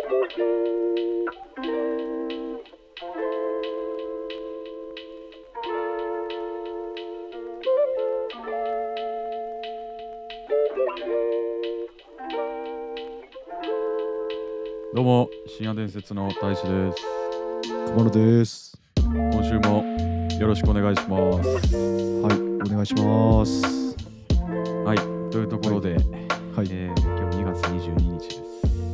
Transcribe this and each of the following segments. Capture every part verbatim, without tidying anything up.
どうも、深夜伝説の大志です。 熊野です。 今週もよろしくお願いします。 はい、お願いします。 はい、というところで、 はいえー今日にがつにじゅうににちです。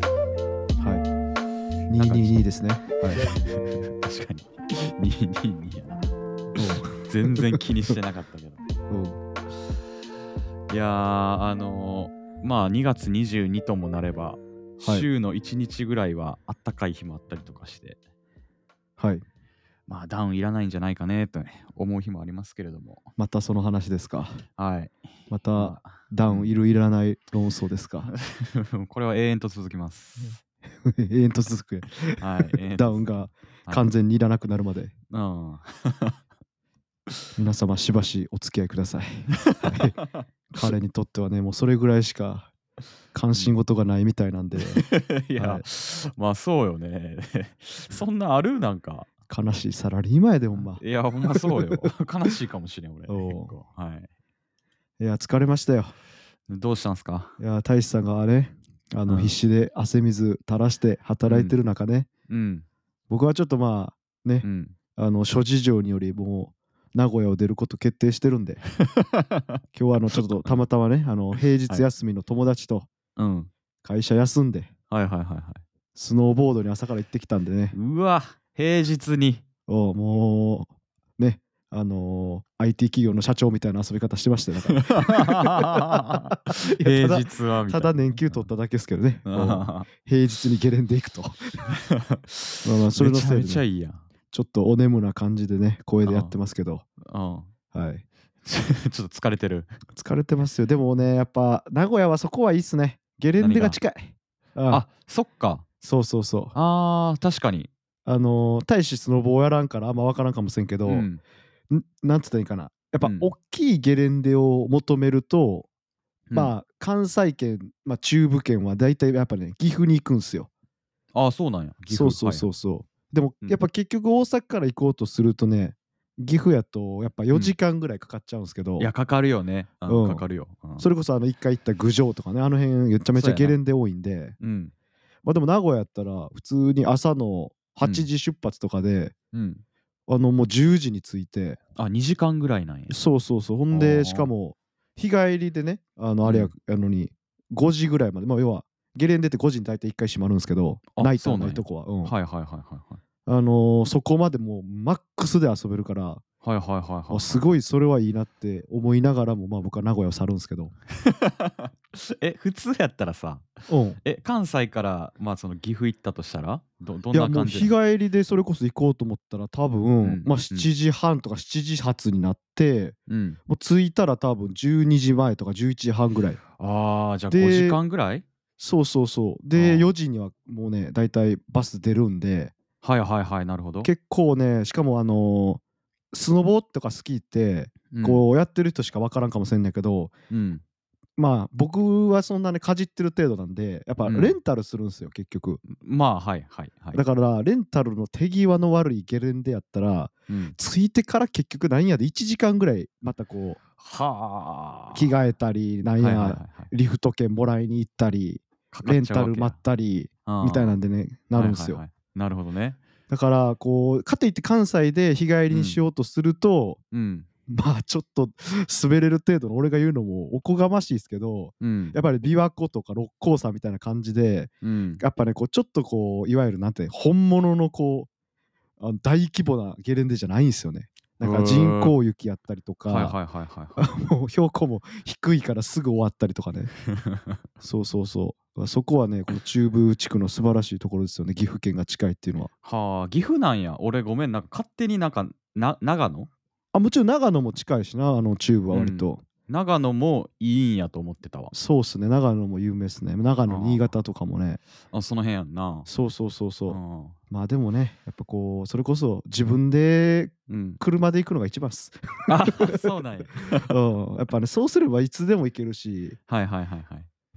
はい。にひゃくにじゅうにですね。はい。 確かに、にひゃくにじゅうにやな。全然気にしてなかったけど。 うん。 いやー、あのー、まあにがつにじゅうにともなれば、 はい。 週のいちにちぐらいはあったかい日もあったりとかして、 はい。 まあダウンいらないんじゃないかねと思う日もありますけれども。 またその話ですか。 はい。 またまあ、 ダウンいるいらない論争ですか。 これは永遠と続きます。 永遠と続く。 はい、永遠と続くダウンがはい完全にいらなくなるまで。 うん皆様しばしお付き合いください。はい。彼にとってはね、もうそれぐらいしか関心事がないみたいなんで、 いや、 はいまあそうよね。そんなあるなんか。 悲しいサラリーマンやでほんま。 いや、ほんまそうよ。悲しいかもしれん、俺。結おう構。はい。 いや、疲れましたよ。 どうしたんすか？ いや、大志さんがね、あの、 うん必死で汗水垂らして働いてる中ね、 うん。 僕はちょっとまあ、ね、 うん。 あの、諸事情によりもう名古屋を出ること決定してるんで、今日はあの、ちょっとたまたまね、あの、平日休みの友達とうん。 会社休んで、 はいはいはいはい。 スノーボードに朝から行ってきたんでね、 うわ、平日に。 おもう、ね、あのー アイティー 企業の社長みたいな遊び方してましたよ。だからいやただ平日はみたいな。 ただ年休取っただけですけどね、こうあ平日にゲレンデ行くと。まあまあ、それめちゃめのせいでね、 ちゃいいやん。 ちょっとお眠な感じでね、声でやってますけど、 うん。 はい。 ちょっと疲れてる。 疲れてますよ。でもね、やっぱ名古屋はそこはいいっすね。ゲレンデが近い。ああ、そっか。 そうそうそう。 あー、確かに。 あのー、大しスノボーやらんからあんま分からんかもしれんけど、 うん。 んなんつったらいいかな。やっぱうん大きいゲレンデを求めると、 うんまあ関西圏、まあ中部圏は大体やっぱね、岐阜に行くんすよ。 ああ、そうなんや。岐阜。 そうそうそうそう。でもうんやっぱ結局大阪から行こうとするとね、岐阜やとやっぱよじかんぐらいかかっちゃうんすけど、 いや、かかるよね。う、 うんんかかるよ。うんそれこそあの一回行った郡上とかね、あの辺めちゃめちゃゲレンデ多いんで、 うん。 まあでも名古屋やったら普通に朝のはちじ出発とかで、 うん。 あのもうじゅうじに着いて、 あ、にじかんぐらいなんや。 そうそうそう、ほんあでーしかも日帰りでね、あのあれや、 うんあのにごじぐらいまで、まあ要はゲレンデってごじに大体いっかい閉まるんですけど、 あ、 ナイタそうなんや。 ーないとこは、うん、 はいはいはいはいはい。 あのーそこまでもうマックスで遊べるから、 はいはいはいはい。 あすごいそれはいいなって思いながらも、まあ僕は名古屋を去るんですけど、 え、普通やったらさ、 うん、 え、関西からまあその岐阜行ったとしたら、どどんいやもう日な感じなの？ 帰りでそれこそ行こうと思ったら多分、 うんまあうんしちじはんとかしちじ発になって、 うん。 もう着いたら多分じゅうにじまえとかじゅういちじはんぐらいああ、じゃあで、 ごじかんぐらい？ そうそうそう。 あで、 ーよじにはもうね、だいたいバス出るんで、 はいはいはい、なるほど。 結構ね、しかもあのースノボとかスキーって、 うんこうやってる人しか分からんかもしれんないけど、 うんまあ僕はそんなね、かじってる程度なんで、やっぱうん。 レンタルするんすよ、結局。 まあ、はいはいはい。 だからレンタルの手際の悪いゲレンデやったら、 うん。 着いてから結局なんやでいちじかんぐらいまたこうはあ。 着替えたり、なんはいはいはいやはい。 リフト券もらいに行ったり、 かかっレンちゃうわけや。 タル待ったりみたいなんでね、なるんすよ。 はいはいはい。なるほどね。 だからこうかといって関西で日帰りにしようとすると、 うん。 まあちょっと滑れる程度の俺が言うのもおこがましいですけど、 うん。 やっぱり琵琶湖とか六甲山みたいな感じで、 うん。 やっぱねこうちょっとこういわゆるなんて本物のこうあの大規模なゲレンデじゃないんですよね。なんか人へえ。 工雪やったりとか、 はいはいはいはいはい。 もう標高も低いからすぐ終わったりとかね。そうそうそう。そこはね、この中部地区の素晴らしいところですよね。岐阜県が近いっていうのは。 はあ、岐阜なんや。俺ごめん、なんか勝手になんか、な長野？ あ、もちろん長野も近いしな、あの中部はうん。 割と。 長野もいいんやと思ってたわ。 そうっすね。長野も有名ですね。長野、新あ潟とかもね。 あ。あ、その辺やんな。 そうそうそううそう。 ん。 まあでもね、やっぱこう、それこそ自分でうん。 車で行くのが一番っす。 あ、そうなんや。 うん。やっぱね、そうすればいつでも行けるし、 はいはいはいはい。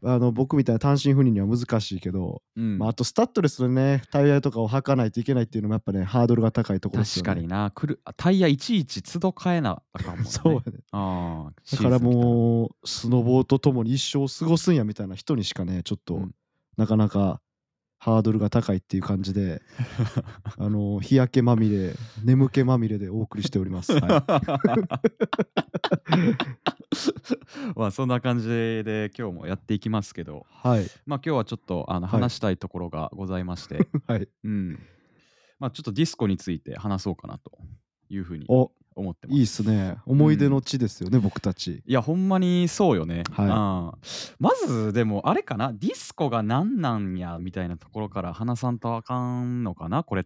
あの僕みたいな単身赴任には難しいけど、 うまあ、あん。 とスタッドレスでね、タイヤとかを履かないといけないっていうのもやっぱね、ハードルが高いところですよね。 確かにな。くるあタイヤいちいち都度変えなあかんもんね。 そうやね。 ああ、 だからシーズン来たら。 もう、スノボーとともに一生を過ごすんやみたいな人にしかね、ちょっとうん。 なかなかハードルが高いっていう感じで、あの、日焼けまみれ、眠気まみれでお送りしております。はい。 まあ、そんな感じで今日もやっていきますけど、 はい。 まあ、今日はちょっとあのはい。 話したいところがございまして、 はい。 うん。まあ、ちょっとディスコについて話そうかなというふうにお、 思っていいっます。 すね。 う思い出のん。 地ですよね、僕たち。 いや、ほんまにそうよね。 はい。 ああ。まず、でも、あれかな、ディスコが何なんやみたいなところから話さんとあかんのかな、これって。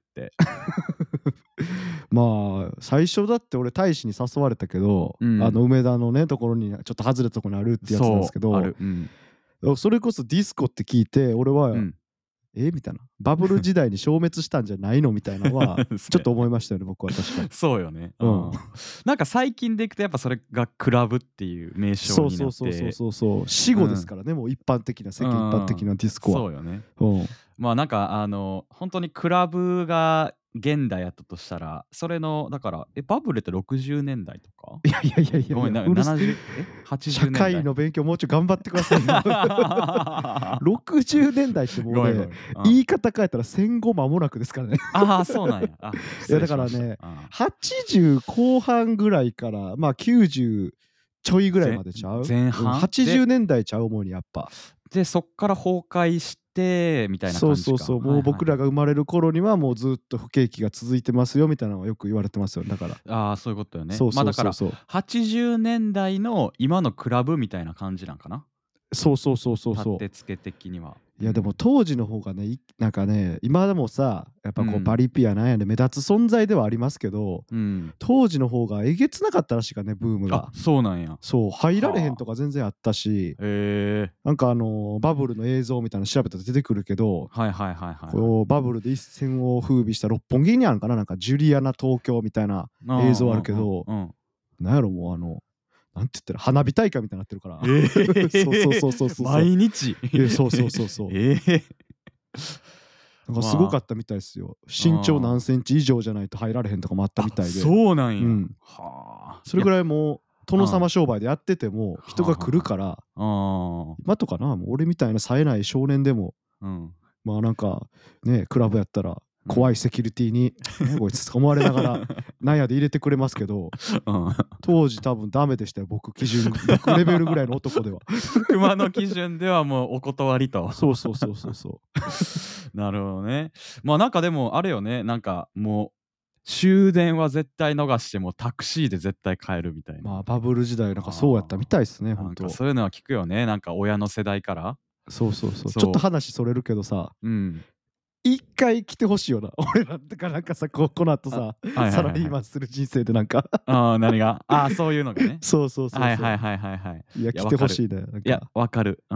まあ、最初だって俺大使に誘われたけど、 うん。 あの梅田のね、ところにちょっと外れたところにあるってやつなんですそう、あけど、 る。うん。 それこそディスコって聞いて、俺は、 うん。 えみたいな。バブル時代に消滅したんじゃないのみたいなのは、ちょっと思いましたよね、僕は確かに。 そうよね。ううん。 ん。なんか最近でいくとやっぱそれがクラブっていう名称そうになそうそうそうって、 そうそう。死後ですうん。 からね、もう一般的な、世う間一般んうん。 的なディスコは。 そうよね。 うん。 まあ、なんかあの、ほんとにクラブが現代やったとしたら、それのだから、え、バブルってろくじゅうねんだいとか？ いやいやいやいやごめん、 いや、 なうるすななじゅうえ、80 社年代？ 会の勉強もうちょい頑張ってくださいよ。ろくじゅうねんだいってもうね、 ごめんごめん。うん。 言い方変えたら戦後間もなくですからね。 ああ、そうなんや。あ、 いやだ失礼しました。 からね、 うん。 はちじゅう後半ぐらいから、まあきゅうじゅうちょいぐらいぜまでちゃう？うん、 前半？ 80 で年代ちゃう主にやっぱ。 で、そっから崩壊してみたいな感じか。 そうそうそう、もう僕らはいはいはい。 が生まれる頃にはもうずっと不景気が続いてますよみたいなのはよく言われてますよ。だから。 ああ、そういうことよね。 そうま、だからそうそうそう。 はちじゅうねんだいの今のクラブみたいな感じなんかな？ そうそうそうそう立そう。 て付け的には。 いやでもうん。 当時の方がね、いなんかね、今でもさ、やっぱこうパうん。 リピやなんやで目立つ存在ではありますけど、 うん。 当時の方がえげつなかったらしいからね、ブームあ、 が。 そうなんや。 そう、入られへんはあ。 とか全然あったし、 へえ。 なんかあの、バブルの映像みたいなの調べたら出てくるけど、 はいはいはいはいはい。 こうバブルで一世を風靡した六本木にあるんかな、なんかジュリアナ東京みたいなうん映像あうんうんるけど、 うん。 なんやろもうあの、なんて言ったら花火大会みたいになってるから。 えそうそうえ！ そうそうそうそう。 毎日？ え、そうそうそうそう。 ええ。 なんかすごかまったみたいですよ。 あ、 身長何あセンチ以上じゃないと入られへんとかもあったみあ。あ、 たいで。 そうなんや。 うん。 はあ。いや、 それぐらいもう殿様うん。 商売でやってても人がはあはあは来るから、 あ。ああ。 今とかな、もう俺みたいな冴えない少年でも、 うん。 まあなんかね、クラブやったらうん。 怖いセキュリティに「なんやこいつ」とか思われながらなんやで入れてくれますけど、 うん。 当時多分ダメでしたよ、僕基準僕レベルぐらいの男では。 熊の基準ではもうお断りと。 そうそうそうそうそう。 なるほどね。まあ、なんかでもあれよね、なんかもう、終電は絶対逃してもタクシーで絶対帰るみたいな。 まあバブル時代なんかそうやったみあたいですね、 あ、なんか本当。 そういうのは聞くよね、なんか親の世代から。 そうそうそう。ちょっとそ話それるけどさ、 う、うん。 一回来てほしいよな。俺らとかなんかさ、ここの後あ、 さ、 はいはサラいはいはい。 リーマンする人生でなんかああ、何が？ああ、そういうのがね。 そうそうそうそう。 はいはいはいはいはい。 いや、 いや、 来わかる。 てほしいね、なんいや、 か。 わかる。うん。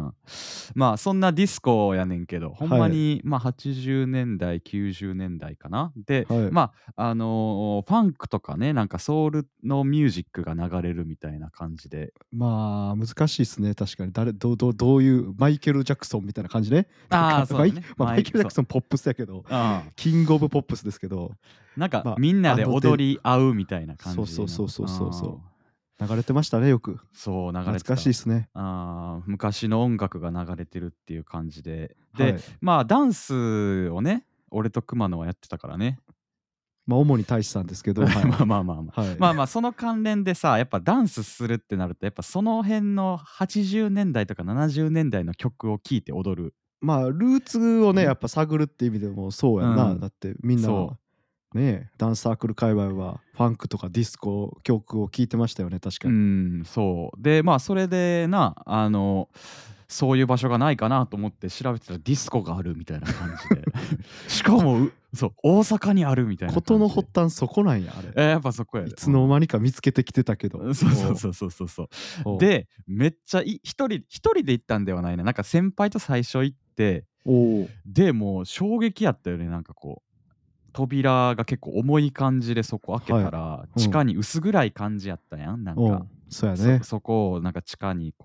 まあ、そんなディスコやねんけど、ほんはい、 まに、ま、はちじゅうねんだい、きゅうじゅうねんだいかな。で、 はい。 まあ、あの、ファンクとかね、なんかソウルのミュージックが流れるみたいな感じで。 まあ、難しいっすね、確かに。誰どうどうどういうマイケル・ジャクソンみたいな感じね。なんああ、 か、マイそうだね。 まあ、マイケル・ジャマイそう。 クソンポップスやけど、 ああ。 キング・オブ・ポップスですけど、 なんかまみんあ、 なであので踊り合うみたいな感そうそうじの。 そうそうそうそああ。 う。流れてましたね、よく。 そう、流懐かしいっれてた。 すね。 ああ、昔の音楽が流れてるっていう感じで。で、 はい。 まあ、ダンスをね、俺と熊野はやってたからね。 まあ、主に大志さんですけど、はまい。 あまあまあまあ。 はい。 まあまあ、その関連でさ、やっぱダンスするってなると、やっぱその辺のはちじゅうねんだいとかななじゅうねんだいの曲を聴いて踊るまあ、ルーツをね、やよね。 っぱ探るっていう意味でもそうやんな。 うん。 だってみんな、 そう。 ね、ダンスサークル界隈はファンクとかディスコ曲を聴いてましたよね、確かうに。 ん、そう。で、まあ、それでな、あの、そういう場所がないかなと思って調べてたらディスコがあるみたいな感じで。しかこも、うそう、大阪にあるみたいな事の感じで。 発端そこなんや、あれ。 え、やっぱそこやで。 いつのうん。 間にか見つけてきてたけど。 うん、そうそうおうそうそうそうそう。 おうで、めっちゃい一人一人で行ったんではないな。なんか先輩と最初行って、 おお。 で、もう衝撃やったよね、なんかこう、扉が結構重い感じでそこ開けはい。 たら、 うん。 地下に薄暗い感じやったやん、なんか。 うん。そうやそね。 そこをなんか地下にこう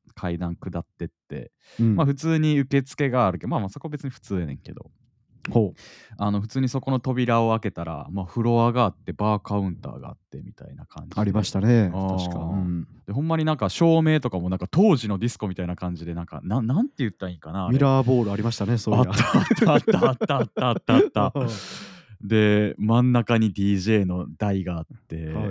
階段下ってって、 うんまあ普通に受付があるけど、まあまあそこ別に普通やねんけど、 ほあの普通にそこの扉を開けたら、まあフロアがあって、バーカウンターがあってみたいな感うありまじで。 したね、 あ確か。うあ。 ん。 で、ほんまになんか照明とかもなんか当時のディスコみたいな感じで、なんか、ななんて言ったらいいんかな、あれ。 ミラーボールありましたね、そういや。 あったあったあったあったあったあったあった。で、真ん中に ディージェー の台があって、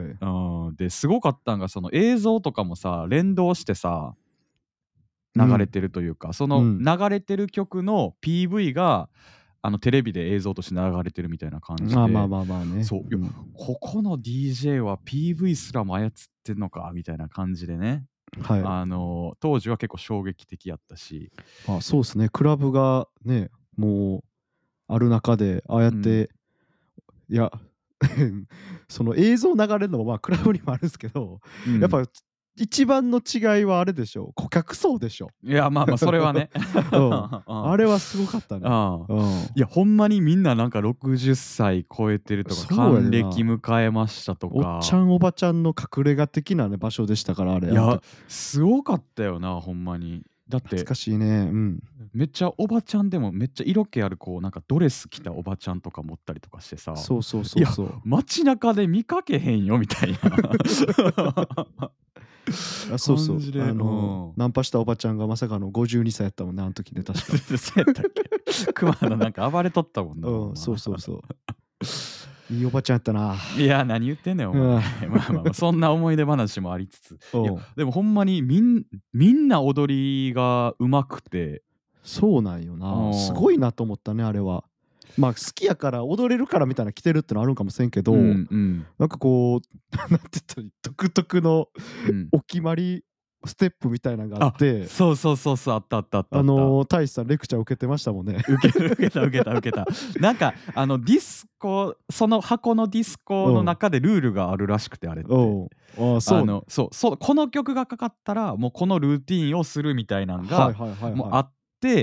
はい。 うん、で、すごかったんが、その映像とかもさ、連動してさ、 うん流れてるというか、そのうん。 流れてる曲の ピーブイ が、あのテレビで映像として流れてるみたいな感じで、 まあまあまあまあね。 そう、いや、 うん。 ここの ディージェー は ピーブイ すらも操ってんのかみたいな感じでね、 はい。 あの、当時は結構衝撃的やったし、 まあ、そうですね。クラブがね、もうある中で、ああやっうん、 て、いや、その映像流れるのもまあクラブにもあるんですけど、 うん。 やっぱ一番の違いはあれでしょ、顧客層でしょ。 いや、まあまあ、それはね。 うん。 うん。 あれはすごかったね。 ああ。 うん。 いや、ほんまにみんななんかろくじゅっさい超えてるとか、 そうや還暦でな。 迎えましたとおっちゃか、 んおばちゃんの隠れ家的なね、場所でしたから、あれ、 いや、 あの時。 すごかったよな、ほんまに。だって、 懐かしいね。うん。 めっちゃおばちゃんでもめっちゃ色気あるこう、なんかドレス着たおばちゃんとか持ったりとかしてさ、 そうそういや、 そうそう。 街中で見かけへんよみたいなあ、そうそう。 感じで、 あうの、 ん。 ナンパしたおばちゃんがまさかのごじゅうにさいやったもんね、あの時ね、確か。 そうやったっけ熊野なんか暴れとったもんな、ほうん、 んま。 そうそうそう。いいおばちゃんやったな。 いや、何言ってんねん、お前。 うん。 まあまあまあ、そんな思い出話もありつつ。いや、 うん。 でもほんまにみんみんな踊りが上手くて、 そうなんような。すん。 ごいなと思ったね、あれは。まあ、好きやから踊れるからみたいな来てるってのあるんかもしれんけうど、 んうん。 なんかこう、なんて言ったらいい、独特のうん。 お決まりステップみたいなのがあっあ、 て、 そうそうそうそう、あったあったあったあった。 あの、大志さんレクチャー受けてましたもんね。 受ける受けた受けた受けた。なんかあのディスコその箱のディスコのうん。 中でルールがあるらしくて、あれって。 うん。ああ、そうなん。 あの、そう、そう、この曲がかかったら、もうこのルーティーンをするみたいなんが、 はいはいはいはい。 もうあって、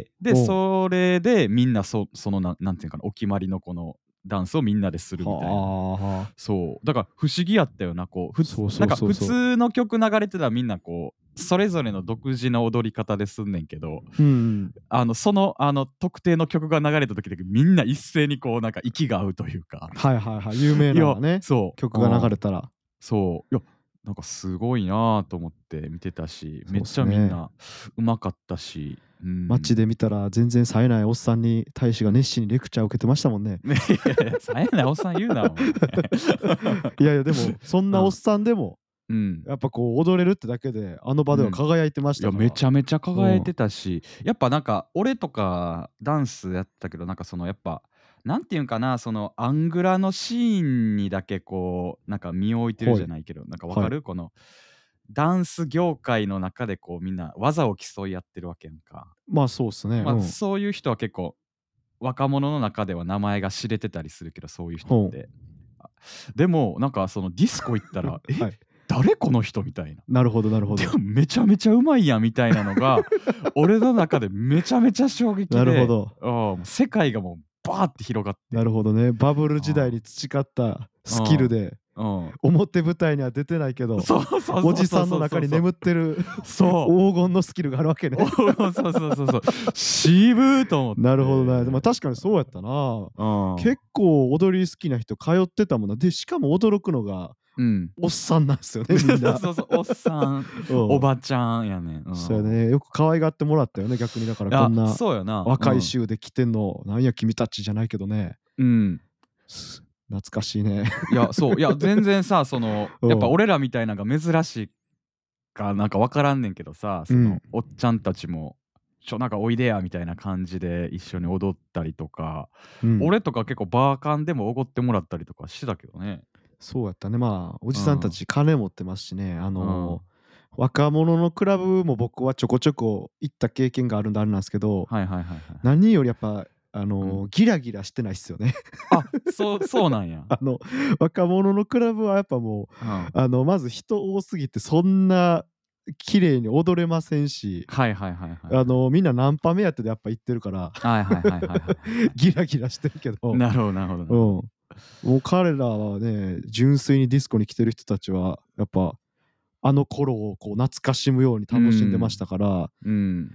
で、 うん。 それでみんなそそのなんなんていうかな、お決まりのこのダンスをみんなでするはみたいな。 あ、はあ。 そう、だから不思議やったよな、こう、ふつそうそうなんか普そうそう。 通の曲流れてたらみんなこう、それぞれの独自の踊り方ですんねんけど、 うんうん。 あの、その、あの、特定の曲が流れた時だけみんな一斉にこうなんか息が合うというか。 はいはいはい。有名いや、 なね、 そう、 曲がうん。 流れたら。 そう、いや、なんかすごいなと思って見てたし、めそうっっちすね。 ゃみんな上手かったし、う街ん。 で見たら全然冴えないおっさんに大使が熱心にレクチャーを受けてましたもんね。 ね、いやいや、冴えないおっさん言うな、お前。 いやいや、でも、そんうん、 なおっさんでも、 うん。 やっぱこう踊れるってだけで、あの場ではうん。 輝いてましいや、 たから。 めちゃめちゃうん。 輝いてたし、やっぱなんか、俺とかダンスやったけど、なんかそのやっぱ、なんていうんかな、そのアングラのシーンにだけこう、なんか身を置いてるはい。 じゃないけど、なんかわはい。 かる？この、ダンス業界の中でこうみんな技を競い合ってるわけやんか。 まあ、そうっすね。 まあ、 うん。 そういう人は結構、若者の中では名前が知れてたりするけど、そういう人っほう。 て。あ、でも、なんかそのディスコ行ったら、え、 はい。 誰この人みたいな。 なるほどなるほど。 でもめちゃめちゃうまいやんみたいなのが、俺の中でめちゃめちゃ衝撃で、 なるほど。 うん、もう世界がもうバーって広がっなて。 るほどね。バブル時代あに培ったあ、 スキルで、 うん、うん。 表舞台には出てないけど、 そうそうおそうそうじさんのそうそうそう。 中に眠ってるそう。 黄金のスキルがあるわけね。 おお、そうそうそうそう。渋ーと思っなるほどな。まあ、 て。 確かにそうやったな。 うん。 結構踊り好きな人通ってたもんな。で、しかも驚くのが、 うん。 おっさんなんすよね、みんな。 そうそうそう、おっさん、 うん。 おばちゃんやねん。うん。 そうやね。よく可愛がってもらったよね、逆にだからこあ、 んなそうやな。う若いん。 衆で来てんの、なんや君たちじゃないけどね。 うん。 す懐かしいね。 いや、そう、いや、全然さ、その、 うん。 やっぱ俺らみたいなんが珍しいかなんか分からんねんけどさ、その、 うん。 おっちゃんたちも、ちょ、なんかおいでやみたいな感じで一緒に踊ったりとか、 うん。 俺とか結構バーカンでもおごってもらったりとかしてたけどね。 そうやったね。まあ、おじさんたうん。 ち金持ってますしね。あの、 うん。 若者のクラブも僕はちょこちょこ行った経験があるんであれなんですけど、 はいはいはいはいはい。 何よりやっぱ、あうん。 の、ギラギラしてないっすよね。 あ、そうそうなんや。 あの、若者のクラブはやっぱもう、 うん。 あの、まず人多すぎてそんな綺麗に踊れませんし、 はいはいはいはいはい。 あの、みんなナンパ目当てでやっぱ行ってるから、 はいはいはいはいはいはいはい。 ギラギラしてるけど、 なるほどなるほどなうん。 るほど。 もう彼らはね、純粋にディスコに来てる人たちは、やっぱあの頃をこう懐かしむようにう楽しんでましん。 たから、 うん。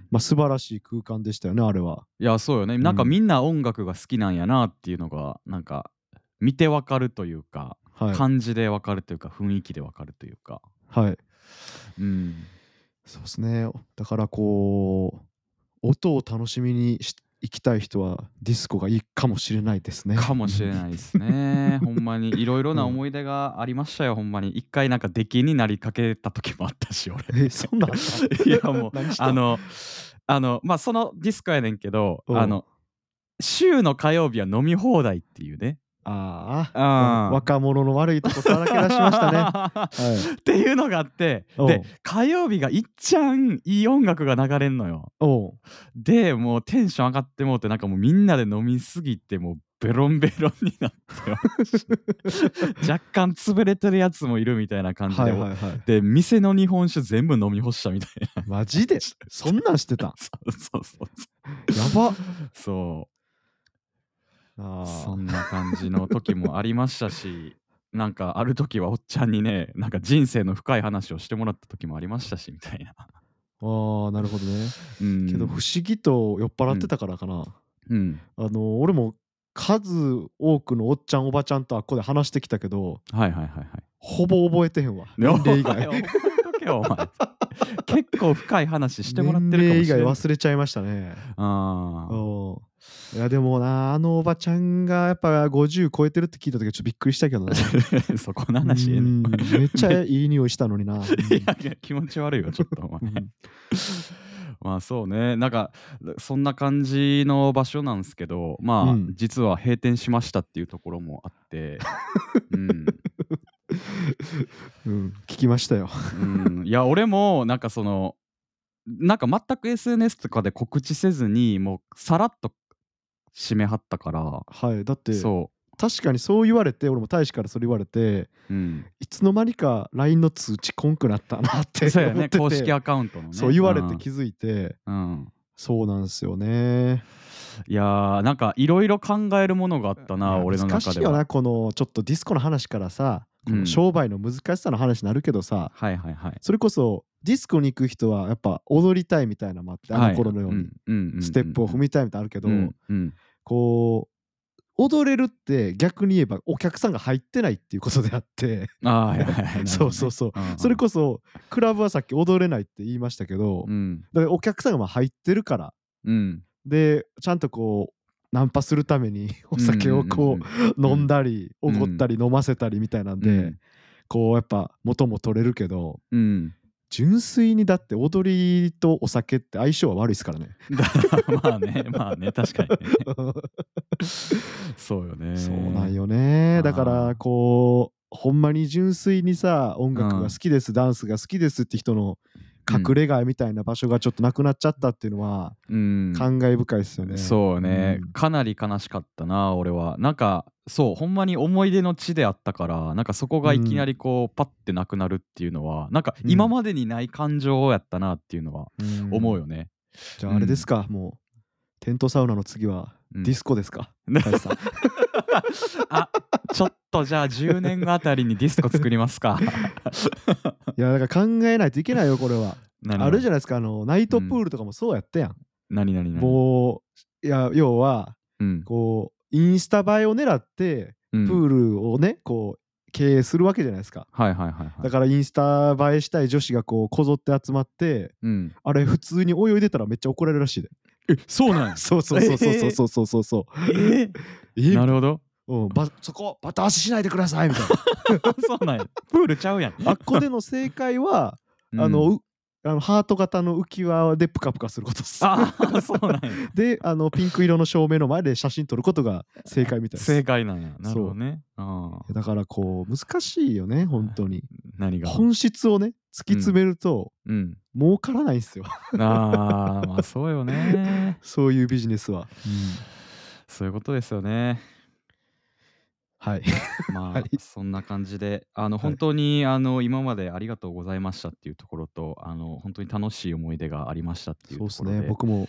ま、素晴らしい空間でしたよね、あれは。 いや、そうよね。なんかうん。 みんな音楽が好きなんやなっていうのが、なんか見てわかるというか、 はい。 感じでわかるというか、雰囲気でわかるというか。 はい。 うん。 そうですね。だからこう、音を楽しみにし行きたい人はディスコがいいかもしれないですね。 かもしれないですね。ほんまにいろいろうん。うん。 な思い出がありましたよ、ほんまに。一回なんか出禁になりかけた時もあったし、俺。 え、そんなんあった？ いや、もう、 何したん？ あのあの、ま、そのディスコやねんけど、 うん。 あの、週の火曜日は飲み放題っていうね。 ああ、わあ若者の悪いとこさらけ出しましたね。 あ。 はい。 っていうのがあって、で、 おう。 火曜日がいっちゃんいい音楽が流れんのよ。 おう。 で、もうテンション上がってもうて、なんかもうみんなで飲み過ぎて、もうベロンベロンになって、若干潰れてるやつもいるみたいな感じで、 はいおはいはい。 で、店の日本酒全部飲み干したみたいなマジで？ 感じ。 そんなんしてたん？ そうそうそうそやば。 う。そう。そああ。 んな感じの時もありましたし、なんかある時はおっちゃんにね、なんか人生の深い話をしてもらった時もありましたしみたいな。 ああ、なるほどね。 うけど不ん。 思議と酔っ払うん。 ってたからかな。 うん。 あの、俺も数多くのおっちゃんおばちゃんとあっこで話してきたけど、 はいはいはいはい。 ほぼ覚えてへんわ、 ね、おい、 年齢以外。 覚えとけよお前。結構深い話してもらってるか年齢以外もしれんで。 忘れちゃいましたね。 ああ。 うん。いやでもな、あのおばちゃんがやっぱごじゅう超えてるって聞いた時はちょっとびっくりしたけどな。 そこのうー話ええねん。 ん、めっちめゃいい匂いしたのにな。ういん。 やいや、気持ち悪いわ、ちょっとお前。 うん。 まあ、そうね、なんか、そんな感じの場所なんすけど、まあ、 うん。 実は閉店しましたっていうところもあって、うん。 うん、聞きましたよ。 うん、いや、俺もなんかその、なんか全く エスエヌエス とかで告知せずに、もうさらっと閉めはったから、 はい、だってそ確かにそう言われて、俺も大使からそれ言われて、 う、うん。 いつの間にか ライン の通知来んくなったなって思っそうやね、公式てて、 アカウントのね。 そう言われてうん。 気づいて、 うん。 そうなんすよね。 いや、なんかいろいろ考えるものがあったな、 いや、 俺の中では。 難しいよな、このちょっとディスコの話からさ、このうん。 商売の難しさの話になるけどさ、 はいはいはい。 それこそディスコに行く人はやっぱ踊りたいみたいなのもあって、あのはい。 頃のように。 うん、うんうんうステップを踏んみたいみたいなのあるけうん。うど、 ん、うん。 こう、踊れるって逆に言えばお客さんが入ってないっていうことであって、 ああ、はいはいはい、なるほどね。 そうそうそう。 うんうそれん。 こそクラブはさっき踊れないって言いましたけど、 うん。 だからお客さんがまあ入ってるから、 うん。 で、ちゃんとこうナンパするためにおうんうん酒をこうんううん。 飲んだり、おごったり飲ませたりみたいなんで、 うん。 こうやっぱ元も取れるけど、 うん。 純粋にだって踊りとお酒って相性は悪いですからね。 だまあね、まあね、確かにね。そうよね。 そうなんよね。だからああ。 こう、ほんまに純粋にさ、音楽が好うん。 きです、ダンスが好きですって人のうん。 隠れ家みたいな場所がちょっとなくなっちゃったっていうのはうん。 感慨深いですよね。 そうね、 うん。 かなり悲しかったな、俺は。なんか、そう、ほんまに思い出の地であったから、なんかそこがいきなうん。 りこうパッてなくなるっていうのは、なんかうん。 今までにない感情やったなっていうのはうん。 思うよね。 じゃああれですうん。 か、もうテントサウナの次はうん。 ディスコですか？大志さん。 あ、ちょっとじゃあじゅうねんごあたりにディスコ作りますか。 いやだから考えないといけないよ、これは。 何を？ あるじゃないですか、あのナイトプうん。 ールとかもそうやったやん。 何何何？ もう、いや、要は、 うん。 こう、インスタ映えを狙って、プうん。 ールをね、こう、経営するわけじゃないですか。 はいはいはいはい。 だからインスタ映えしたい女子がこう、こぞって集まって、 うん。 あれ普通に泳いでたらめっちゃ怒られるらしいで。 え、そうなんや。 そうそうそうそうそうええ！ そうそうそうそう。 ええ！ えみたいなるほど。 な。うん、ばそこ、バタ足しないでくださいみたいな。 そうなんや。プールちゃうやん。 あっこでの正解は、あの、 うん。 うあの、ハート型の浮き輪でプカプカすることっす。 ああ、そうなんや。 で、あの、ピンク色の照明の前で写真撮ることが正解みたいで正す。 解なんや。なるほどそね。あう。 あ。 だからこう、難しいよね、ほんとに。 何が？ 本質をね、突きうん。 詰めるとうん。 儲からないんすよ。 ああ、ま、そうよね。 そういうビジネスは。うん。 そういうことですよね。 はい。はまあ、 い。 そんな感じで、あの、 はい。 本当に、あの、今までありがとうございましたっていうところと、あの、本当に楽しい思い出がありましたっていうそうっすね、 ところで、 僕も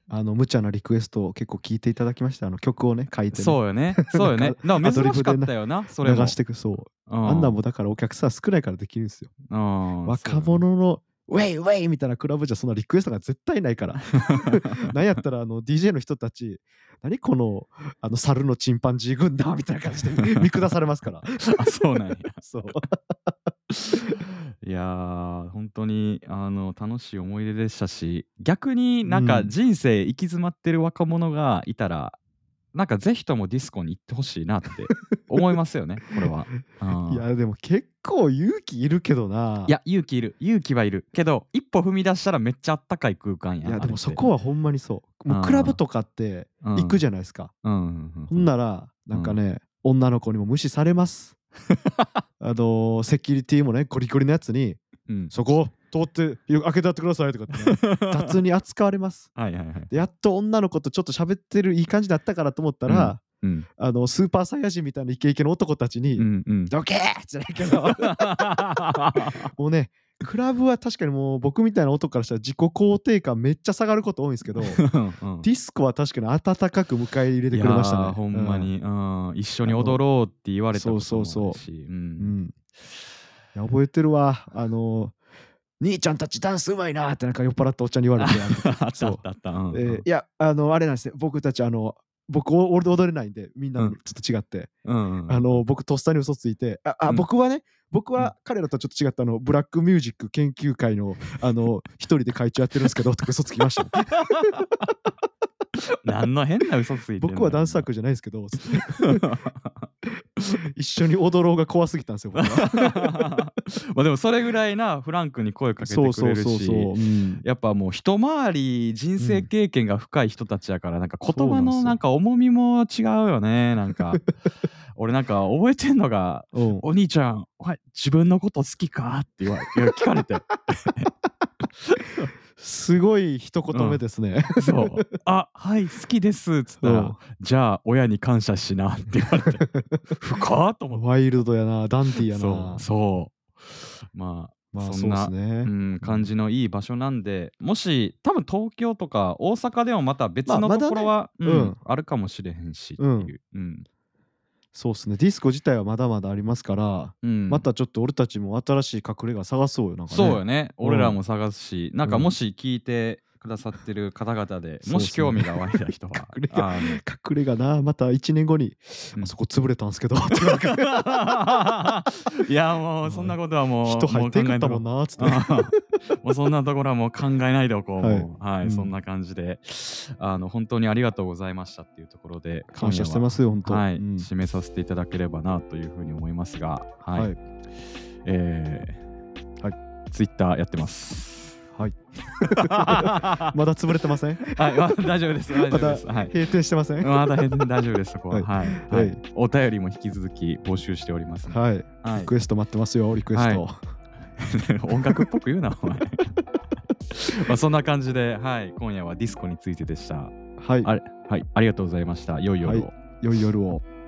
あの無茶なリクエストを結構聞いていただきました。あの曲をね、書いてね。 そうよね。そうよね。 なんかだからアドリ珍しかブでなったよな、それも。 流してく、そう。 うあんなんん。 もだからお客さん少ないからできるんすよ。 うん、そう若よね。 者のウェイウェイみたいなクラブじゃそんなリクエストが絶対ないから。なんやったらあの ディージェー の人たち、何このあの猿のチンパンジー軍団みたいな感じで見下されますから。 あ、そうなんや。 そう。 いや、ほんとにあの楽しい思い出でしたし、逆になんかうん。 人生行き詰まってる若者がいたら、なんかぜひともディスコに行って欲しいなって思いますよね、これは。うん。 いや、でも結構勇気いるけどな。 いや、勇気いる。勇気はいる。けど、一歩踏み出したらめっちゃあったかい空間やん、 いや、でもあれって。 そこはほんまにそう。もうクラブあとかってあ、う行くん。 じゃないすか。 うん、ふんふんほふん。 んなら、なうん。 んかね、女の子にも無視されます。あの、セキュリティもね、ゴリゴリのやつに、 うん。 そこ通ってよ開けてやってくださいとかってね、雑に扱われます。 はいはいはいで、 はい。 やっと女の子とちょっと喋ってるいい感じだったかなと思ったうん、 ら、 うん。 あのスーパーサイヤ人みたいなイケイケの男たちに、 うんうん。 どけじゃないけど。もうね、クラブは確かにもう僕みたいな男からしたら自己肯定感めっちゃ下がること多いんすけど、 うん。 ディスコは確かに温かく迎え入れていくれましたや、 ね。 ほうん。 んまに、うん、一緒にあの踊ろうって言われたそうことそうそもあるし、うう。うん。 ん。いや、覚えてるわ。あの、兄ちゃんたちダンス上手いなってなんか酔っ払ったおっちゃんに言われて、あん時。 あったあっそたあった。うんう。え、 うん。 いや、あの、あれなんすよ、僕たちあの、僕お俺踊れないんで、みんなうん。 のちょっと違って。 うんうんうんうん。 あの、僕とっさに嘘ついて、ああ、 うん。 僕はね、僕うん。 は彼らとはちょっと違ってあのブラックミュージック研究会のあの一人で会長やってるんすけどとか嘘つきました。 何の変な嘘ついてんねん、 僕はダンスサーほんま。 クルじゃないんすけどつって。一緒に踊ろうが怖すぎたんすよ、僕は。 ま、でもそれぐらいな、フランクに声かけそうそうてくれるし、 そうそう。うん。 やっぱもう一回り人生うん。 経験が深い人たちやから、なんか言そう葉なんすよ。 のなんか重みも違うよね、なんか。俺なんか覚えてんのが、 うん。 「お兄ちゃん、お前自分のこと好きか？」って言わいや、聞かれて。 すごい一言目うん。 ですね。 そう。「あ、はい、好きです」っつったら、 うん。 「じゃあ親に感謝しな」って言われて。深っと思って。 ワイルドやな、ダンディーやそう、 な。 そう。まあ、 まあ、そうっすそんな、うね。 ん、 うん。 感じのいい場所なんで、もし、多分東京とか大阪でもまた別まあ、 のとまだね。 ころは、うん、 うん。 あるかもしれへんしうん。 っていう。うん。 そうっすね、ディスコ自体はまだまだありますから、 うん。 またちょっと俺たちも新しい隠れ家探そうよ、なんかね。 そうよね。 うん。 俺らも探すし、なんかもうん。 し聞いてくださってる方々で、もしそうっすね。 興味が湧いた人は、 隠れ家あの隠れ家な、またいちねんごに、あうん。 そこ潰れたんすけどって言われる。 いや、もうそんはい。 なことはもうもう考人入っていくっえんとこ。 たもんなつって。 もうそんなところはもう考えないでおこう、 はい。 もう。はい、そんうん。 な感じで、あの、本当にありがとうございましたっていうところで、 感今夜は、 謝してますよ、ほんと。 はい、 うん。 締めさせていただければなという風に思いますが、はい。 はい。 えはい。 え、Twitter やってます。 はい。まだ潰れてません？ はい、ま、大丈夫です大丈まだ夫です。はい。 閉店してません？ まだ閉店大丈夫です、そこは。 はい。 はいはい。 はい。 お便りも引き続き募集しておりますので。 はい。 はい。 リクエスト待ってますよ、リクエスはい。 ト。 音楽っぽく言うな、お前。ま、そんな感じで、はい、今夜はディスコについてでした。 はい。 あれはい、ありがとうございました。良いはい。 夜を。 良い夜を。